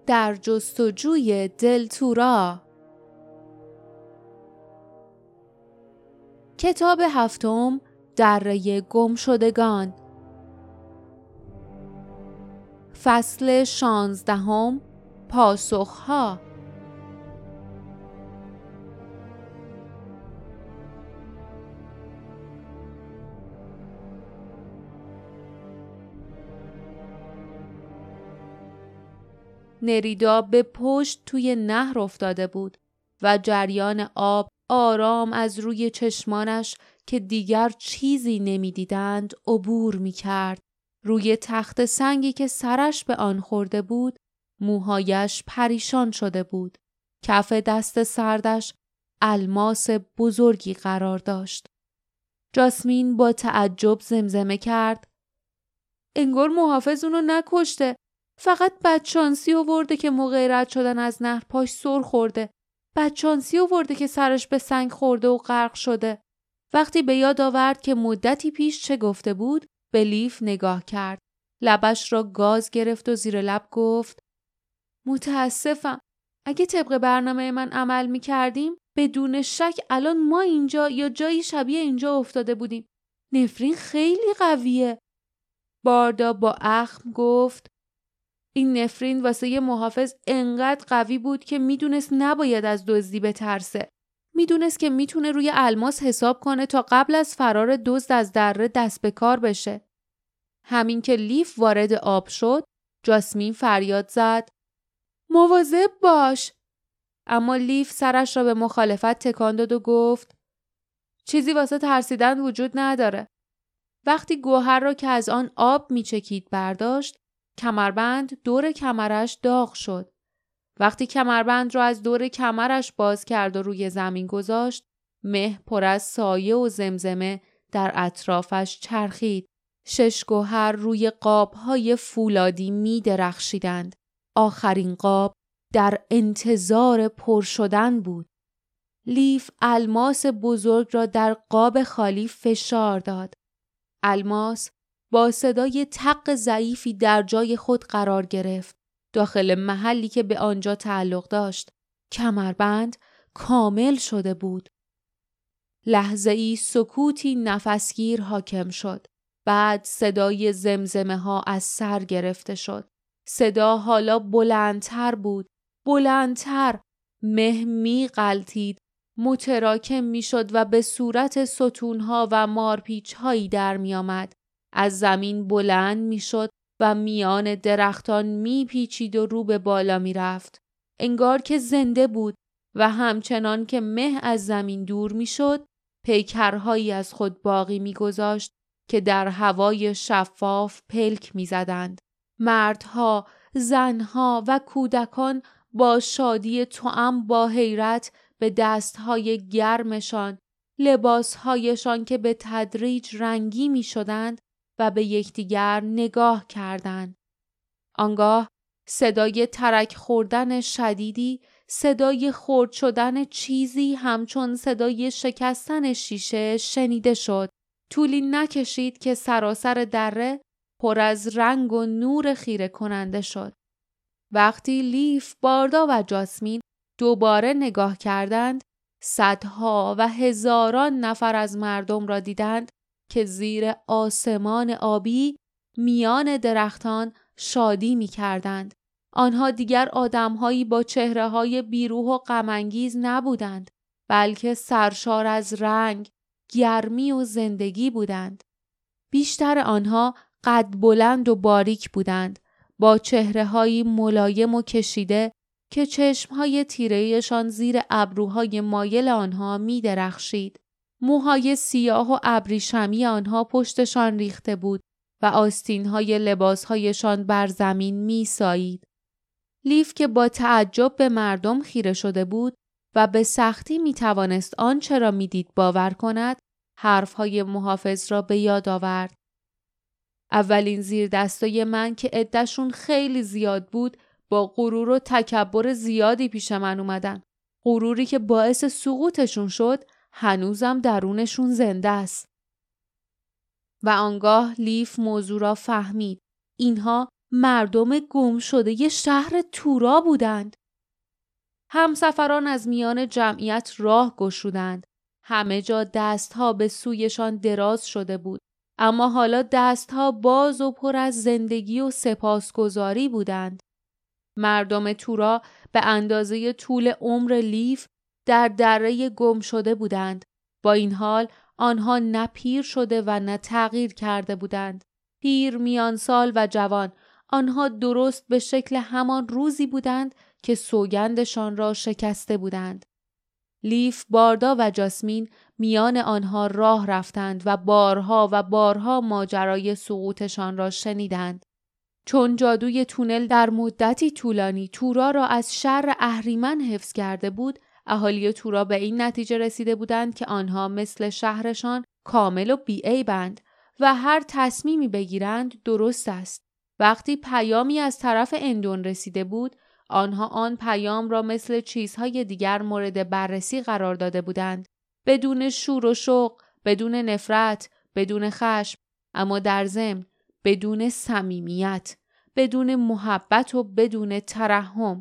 در جستجوی دلتورا. کتاب هفتم، دره گمشدگان. فصل 16، پاسخها. نریدا به پشت توی نهر افتاده بود و جریان آب آرام از روی چشمانش که دیگر چیزی نمی‌دیدند عبور می‌کرد. روی تخت سنگی که سرش به آن خورده بود، موهایش پریشان شده بود. کف دست سردش الماس بزرگی قرار داشت. جاسمین با تعجب زمزمه کرد: انگار محافظ اونو نکشته. فقط بدشانسی آورده که موقع رد شدن از نهر پاش سر خورده. بدشانسی آورده که سرش به سنگ خورده و غرق شده. وقتی به یاد آورد که مدتی پیش چه گفته بود، به لیف نگاه کرد. لبش را گاز گرفت و زیر لب گفت: متاسفم. اگه طبق برنامه من عمل می کردیم، بدون شک الان ما اینجا یا جایی شبیه اینجا افتاده بودیم. نفرین خیلی قویه. باردا با اخم گفت: این نفرین واسه یه محافظ انقدر قوی بود که میدونست نباید از دزدی بترسه. میدونست که میتونه روی الماس حساب کنه تا قبل از فرار دزد از دره دست به کار بشه. همین که لیف وارد آب شد، جاسمین فریاد زد: مواظب باش! اما لیف سرش را به مخالفت تکان داد و گفت: چیزی واسه ترسیدن وجود نداره. وقتی گوهر را که از آن آب میچکید برداشت، کمربند دور کمرش داغ شد. وقتی کمربند را از دور کمرش باز کرد و روی زمین گذاشت، مه پر از سایه و زمزمه در اطرافش چرخید. 6 گوهر روی قاب‌های فولادی می درخشیدند. آخرین قاب در انتظار پر شدن بود. لیف الماس بزرگ را در قاب خالی فشار داد. الماس با صدای تق ضعیفی در جای خود قرار گرفت. داخل محلی که به آنجا تعلق داشت، کمربند کامل شده بود. لحظه‌ای سکوتی نفسگیر حاکم شد. بعد صدای زمزمه ها از سر گرفته شد. صدا حالا بلندتر بود. بلندتر. مه می غلتید. متراکم می شد و به صورت ستونها و مارپیچ هایی در می آمد. از زمین بلند می شد و میان درختان می پیچید و رو به بالا می رفت. انگار که زنده بود و همچنان که مه از زمین دور می شد، پیکرهایی از خود باقی می گذاشت که در هوای شفاف پلک می زدند. مردها، زنها و کودکان با شادی توأم با حیرت به دستهای گرمشان، لباسهایشان که به تدریج رنگی می شدند و به یکدیگر نگاه کردند. آنگاه صدای ترک خوردن شدیدی، صدای خرد شدن چیزی همچون صدای شکستن شیشه شنیده شد. طولی نکشید که سراسر دره پر از رنگ و نور خیره کننده شد. وقتی لیف، باردا و جاسمین دوباره نگاه کردند، صدها و هزاران نفر از مردم را دیدند که زیر آسمان آبی میان درختان شادی می کردند. آنها دیگر آدمهایی با چهره‌های بیروح و غم‌انگیز نبودند، بلکه سرشار از رنگ، گرمی و زندگی بودند. بیشتر آنها قد بلند و باریک بودند، با چهره‌هایی ملایم و کشیده که چشم‌های تیره‌ایشان زیر ابروهای مایل آنها می درخشید. موهای سیاه و ابریشمی آنها پشتشان ریخته بود و آستین‌های لباس‌هایشان بر زمین می سایید. لیف که با تعجب به مردم خیره شده بود و به سختی می توانست آنچه را می دید باور کند، حرفهای محافظ را به یاد آورد. اولین زیر دستای من که عده‌شون خیلی زیاد بود، با غرور و تکبر زیادی پیش من اومدن. غروری که باعث سقوطشون شد، هنوزم درونشون زنده است. و آنگاه لیف موضوع را فهمید. اینها مردم گم شده شهر تورا بودند. همسفران از میان جمعیت راه گشودند. همه جا دستها به سویشان دراز شده بود. اما حالا دستها باز و پر از زندگی و سپاسگزاری بودند. مردم تورا به اندازه طول عمر لیف در دره گم شده بودند. با این حال آنها نه پیر شده و نه تغییر کرده بودند. پیر، میان سال و جوان، آنها درست به شکل همان روزی بودند که سوگندشان را شکسته بودند. لیف، باردا و جاسمین میان آنها راه رفتند و بارها ماجرای سقوطشان را شنیدند. چون جادوی تونل در مدتی طولانی تورا را از شر اهریمن حفظ کرده بود، اهالی تورا به این نتیجه رسیده بودند که آنها مثل شهرشان کامل و بی‌عیبند و هر تصمیمی بگیرند درست است. وقتی پیامی از طرف اندون رسیده بود، آنها آن پیام را مثل چیزهای دیگر مورد بررسی قرار داده بودند. بدون شور و شوق، بدون نفرت، بدون خشم، اما در ضمن بدون صمیمیت، بدون محبت و بدون ترحم.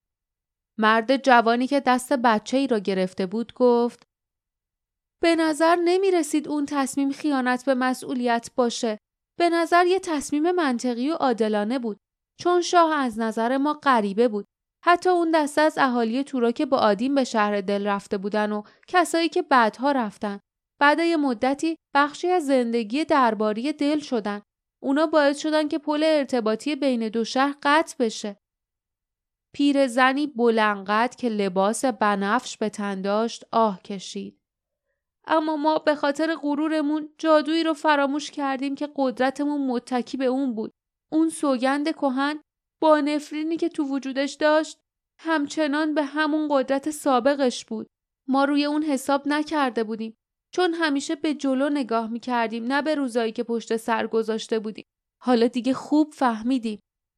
مرد جوانی که دست بچه‌ای را گرفته بود گفت: به نظر نمی رسید اون تصمیم خیانت به مسئولیت باشه. به نظر یه تصمیم منطقی و عادلانه بود. چون شاه از نظر ما غریبه بود. حتی اون دسته از اهالی تورا که با آدیم به شهر دل رفته بودن و کسایی که بعدها رفتن. بعد یه مدتی بخشی از زندگی درباری دل شدن. اونا باعث شدن که پل ارتباطی بین دو شهر قطع بشه. پیرزنی بلندقد که لباس بنفش به تن داشت آه کشید. اما ما به خاطر غرورمون جادویی رو فراموش کردیم که قدرتمون متکی به اون بود. اون سوگند کهن با نفرینی که تو وجودش داشت همچنان به همون قدرت سابقش بود. ما روی اون حساب نکرده بودیم چون همیشه به جلو نگاه میکردیم، نه به روزایی که پشت سر گذاشته بودیم. حالا دیگه خوب فهمیدیم.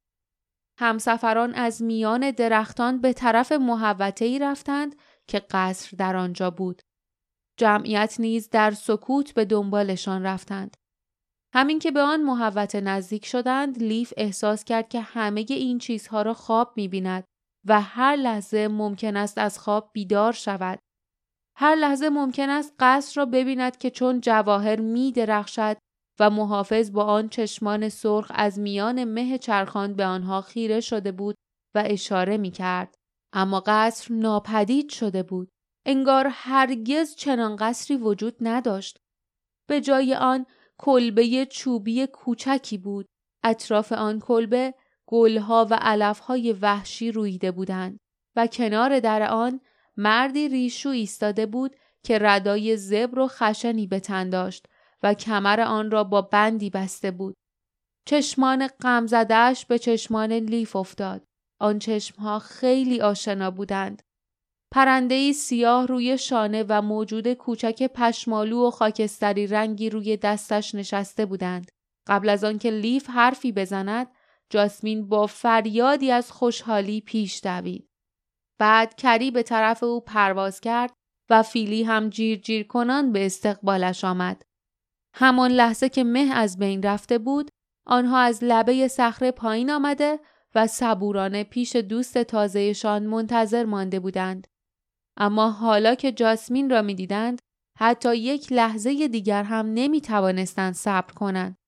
همسفران از میان درختان به طرف محوطه‌ای رفتند که قصر در آنجا بود. جمعیت نیز در سکوت به دنبالشان رفتند. همین که به آن محوطه نزدیک شدند، لیف احساس کرد که همه این چیزها را خواب می‌بیند و هر لحظه ممکن است از خواب بیدار شود. هر لحظه ممکن است قصر را ببیند که چون جواهر می‌درخشد و محافظ با آن چشمان سرخ از میان مه چرخان به آنها خیره شده بود و اشاره می‌کرد. اما قصر ناپدید شده بود. انگار هرگز چنان قصری وجود نداشت. به جای آن کلبه چوبی کوچکی بود. اطراف آن کلبه گلها و علفهای وحشی رویده بودند و کنار در آن مردی ریشو ایستاده بود که ردای زبر و خشنی به تن داشت و کمر آن را با بندی بسته بود. چشمان غمزده‌اش به چشمان لیف افتاد. آن چشمها خیلی آشنا بودند. پرنده‌ای سیاه روی شانه و موجود کوچک پشمالو و خاکستری رنگی روی دستش نشسته بودند. قبل از آن که لیف حرفی بزند، جاسمین با فریادی از خوشحالی پیش دوید. بعد کری به طرف او پرواز کرد و فیلی هم جیر جیر کنان به استقبالش آمد. همان لحظه که مه از بین رفته بود، آنها از لبه صخره پایین آمده و صبورانه پیش دوست تازه‌شان منتظر مانده بودند. اما حالا که جاسمین را می دیدند، حتی یک لحظه دیگر هم نمی توانستند صبر کنند.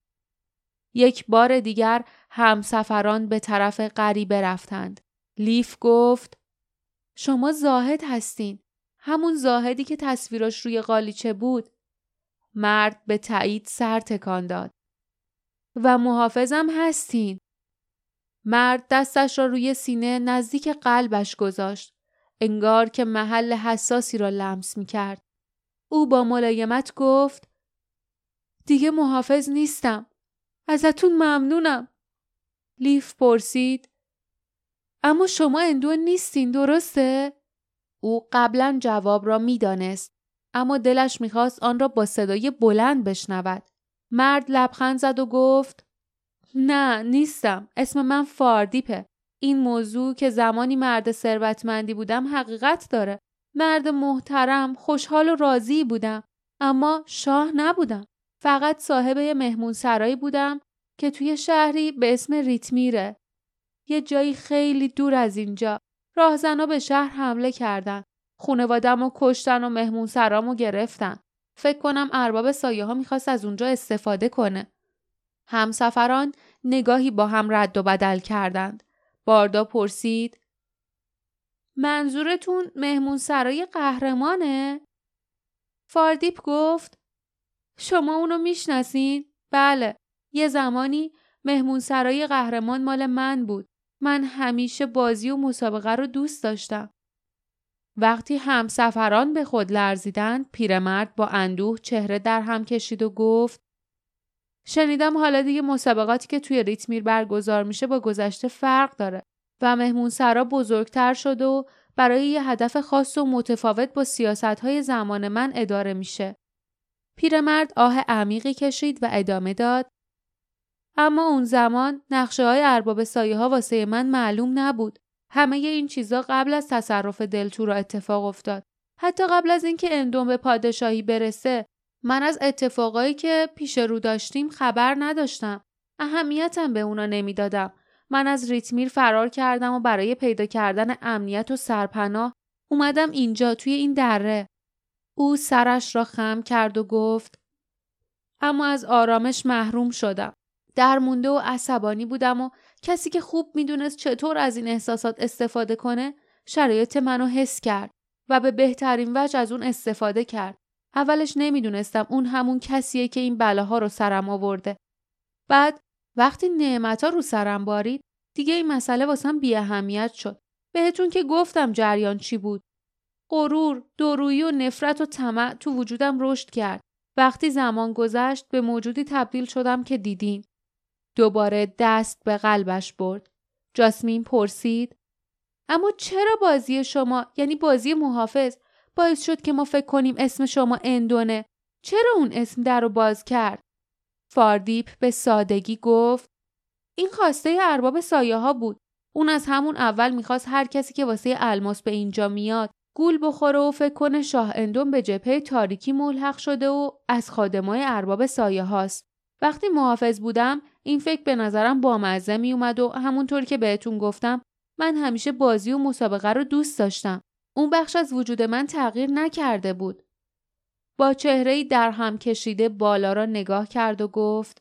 یک بار دیگر همسفران به طرف غریبه رفتند. لیف گفت: شما زاهد هستین. همون زاهدی که تصویرش روی قالیچه بود. مرد به تایید سر تکان داد. و محافظم هستین. مرد دستش را روی سینه نزدیک قلبش گذاشت. انگار که محل حساسی را لمس می کرد. او با ملایمت گفت: دیگه محافظ نیستم. ازتون ممنونم. لیف پرسید: اما شما اندون نیستین، درسته؟ او قبلا جواب را می دانست. اما دلش می خواست آن را با صدای بلند بشنود. مرد لبخند زد و گفت: نه نیستم. اسم من فاردیپه. این موضوع که زمانی مرد ثروتمندی بودم حقیقت داره. مرد محترم، خوشحال و راضی بودم. اما شاه نبودم. فقط صاحب یه مهمون سرایی بودم که توی شهری به اسم ریتمیره. یه جایی خیلی دور از اینجا. راهزنا به شهر حمله کردن. خونواده‌مو کشتن و مهمون سرامو گرفتن. فکر کنم ارباب سایه ها میخواست از اونجا استفاده کنه. همسفران نگاهی با هم رد و بدل کردند. باردا پرسید: منظورتون مهمون سرای قهرمانه؟ فاردیپ گفت: شما اونو میشناسین؟ بله. یه زمانی مهمون سرای قهرمان مال من بود. من همیشه بازی و مسابقه رو دوست داشتم. وقتی همسفران به خود لرزیدند، پیرمرد با اندوه چهره در هم کشید و گفت: شنیدم حالا دیگه مسابقاتی که توی ریتمیر برگزار میشه با گذشته فرق داره و مهمون سرا بزرگتر شده و برای یه هدف خاص و متفاوت با سیاست‌های زمان من اداره میشه. پیرمرد آه عمیقی کشید و ادامه داد: اما اون زمان نقشه‌های ارباب سایه‌ها واسه من معلوم نبود. همه این چیزا قبل از تصرف دلتورا اتفاق افتاد. حتی قبل از اینکه اندون به پادشاهی برسه، من از اتفاقایی که پیش رو داشتیم خبر نداشتم. اهمیتم به اونا نمیدادم. من از ریتمیر فرار کردم و برای پیدا کردن امنیت و سرپناه اومدم اینجا توی این دره. او سرش را خم کرد و گفت: اما از آرامش محروم شدم. درمونده و عصبانی بودم و کسی که خوب میدونست چطور از این احساسات استفاده کنه شرایط منو حس کرد و به بهترین وجه از اون استفاده کرد. اولش نمیدونستم اون همون کسیه که این بلاها رو سرم آورده. بعد وقتی نعمت‌ها رو سرم بارید دیگه این مسئله واسم بی اهمیت شد. بهتون که گفتم جریان چی بود. غرور، دورویی و نفرت و طمع تو وجودم رشد کرد. وقتی زمان گذشت به موجودی تبدیل شدم که دیدین. دوباره دست به قلبش برد. جاسمین پرسید: اما چرا بازی شما، یعنی بازی محافظ، باعث شد که ما فکر کنیم اسم شما اندونه؟ چرا اون اسم در رو باز کرد؟ فاردیپ به سادگی گفت: این خواسته ارباب سایه ها بود. اون از همون اول میخواست هر کسی که واسه الماس به اینجا میاد گول بخوره و فکر کنه شاه اندون به جبهه تاریکی ملحق شده و از خادمای ارباب سایه هاست. وقتی محافظ بودم این فکر به نظرم بامزه می اومد و همونطور که بهتون گفتم من همیشه بازی و مسابقه رو دوست داشتم. اون بخش از وجود من تغییر نکرده بود. با چهره‌ای در هم کشیده بالا را نگاه کرد و گفت: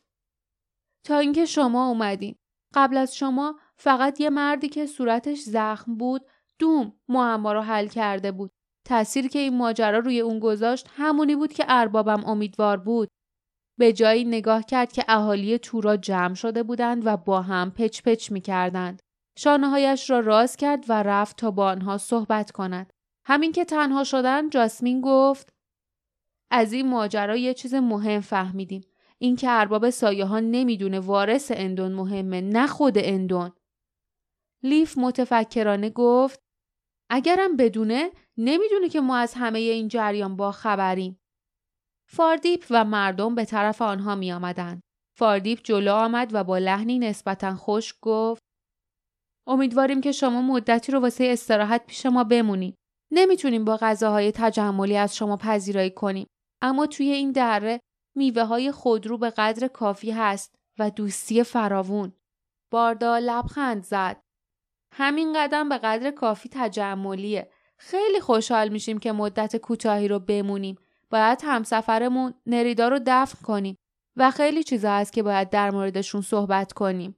تا اینکه شما اومدین. قبل از شما فقط یه مردی که صورتش زخم بود دوم معما رو حل کرده بود. تأثیری که این ماجرا روی اون گذاشت همونی بود که اربابم امیدوار بود. به جایی نگاه کرد که اهالی تورا جمع شده بودند و با هم پچ پچ می کردند. شانه‌هایش را راز کرد و رفت تا با آنها صحبت کند. همین که تنها شدن جاسمین گفت: از این ماجرا یه چیز مهم فهمیدیم. این که ارباب سایه ها نمیدونه وارث اندون مهمه، نه خود اندون. لیف متفکرانه گفت: اگرم بدونه نمیدونه که ما از همه این جریان با خبریم. فاردیپ و مردم به طرف آنها می آمدند. فاردیپ جلو آمد و با لحنی نسبتاً خشک گفت: امیدواریم که شما مدتی رو واسه استراحت پیش ما بمونید. نمیتونیم با غذاهای تجملی از شما پذیرایی کنیم. اما توی این دره میوه‌های خودرو به قدر کافی هست و دوستی فراوون. باردا لبخند زد. همین قدم به قدر کافی تجملیه. خیلی خوشحال میشیم که مدت کوتاهی رو بمونیم. باید همسفرمون نریدا رو دفن کنیم و خیلی چیزا هست که باید در موردشون صحبت کنیم.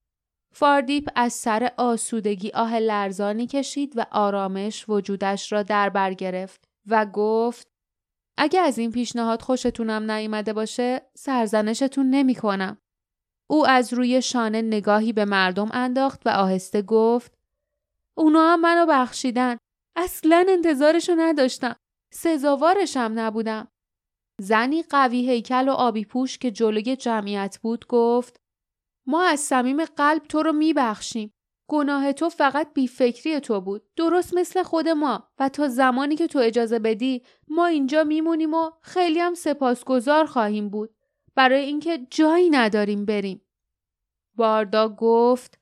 فاردیپ از سر آسودگی آه لرزانی کشید و آرامش وجودش را در بر گرفت و گفت: اگه از این پیشنهاد خوشتونم نیامده باشه سرزنشتون نمی کنم. او از روی شانه نگاهی به مردم انداخت و آهسته گفت: اونا هم منو بخشیدن. اصلاً انتظارشو نداشتم. سزاوارشم نبودم. زنی قوی هیکل و آبی پوش که جلوی جمعیت بود گفت: ما از صمیم قلب تو رو میبخشیم. گناه تو فقط بیفکری تو بود. درست مثل خود ما و تا زمانی که تو اجازه بدی ما اینجا میمونیم و خیلی هم سپاسگزار خواهیم بود برای اینکه جایی نداریم بریم. باردا گفت: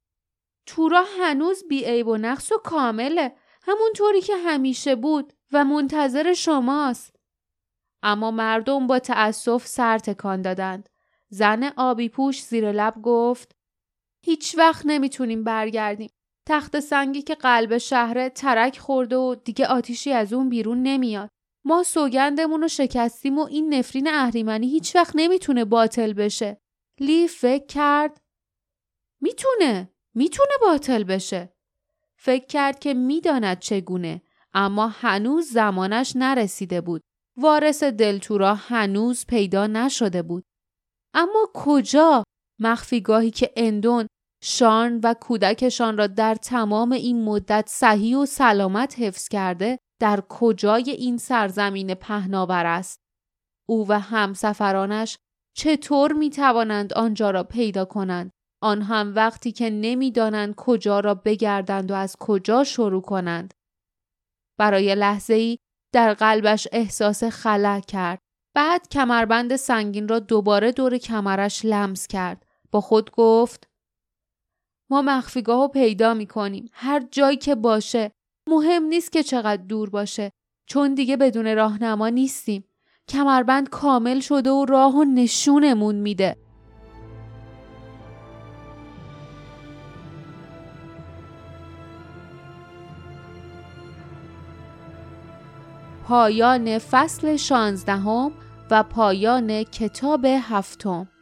تورا هنوز بی عیب و نقص و کامله، همونطوری که همیشه بود و منتظر شماست. اما مردم با تأسف سر تکان دادند. زن آبی پوش زیر لب گفت هیچ وقت نمیتونیم برگردیم. تخت سنگی که قلب شهر ترک خورده و دیگه آتیشی از اون بیرون نمیاد. ما سوگندمون رو شکستیم و این نفرین اهریمنی هیچ وقت نمیتونه باطل بشه. لی فکر کرد میتونه باطل بشه. فکر کرد که میداند چگونه، اما هنوز زمانش نرسیده بود. وارث دلتورا هنوز پیدا نشده بود. اما کجا؟ مخفیگاهی که اندون، شارن و کودکشان را در تمام این مدت صحیح و سلامت حفظ کرده، در کجای این سرزمین پهناور است؟ او و همسفرانش چطور می توانند آنجا را پیدا کنند؟ آن هم وقتی که نمی دانند کجا را بگردند و از کجا شروع کنند. برای لحظه‌ای در قلبش احساس خلأ کرد. بعد کمربند سنگین را دوباره دور کمرش لمس کرد. با خود گفت ما مخفیگاهو پیدا می‌کنیم، هر جایی که باشه. مهم نیست که چقدر دور باشه، چون دیگه بدون راهنما نیستیم. کمربند کامل شده و راهو نشونمون میده. پایان فصل 16 و پایان کتاب 7.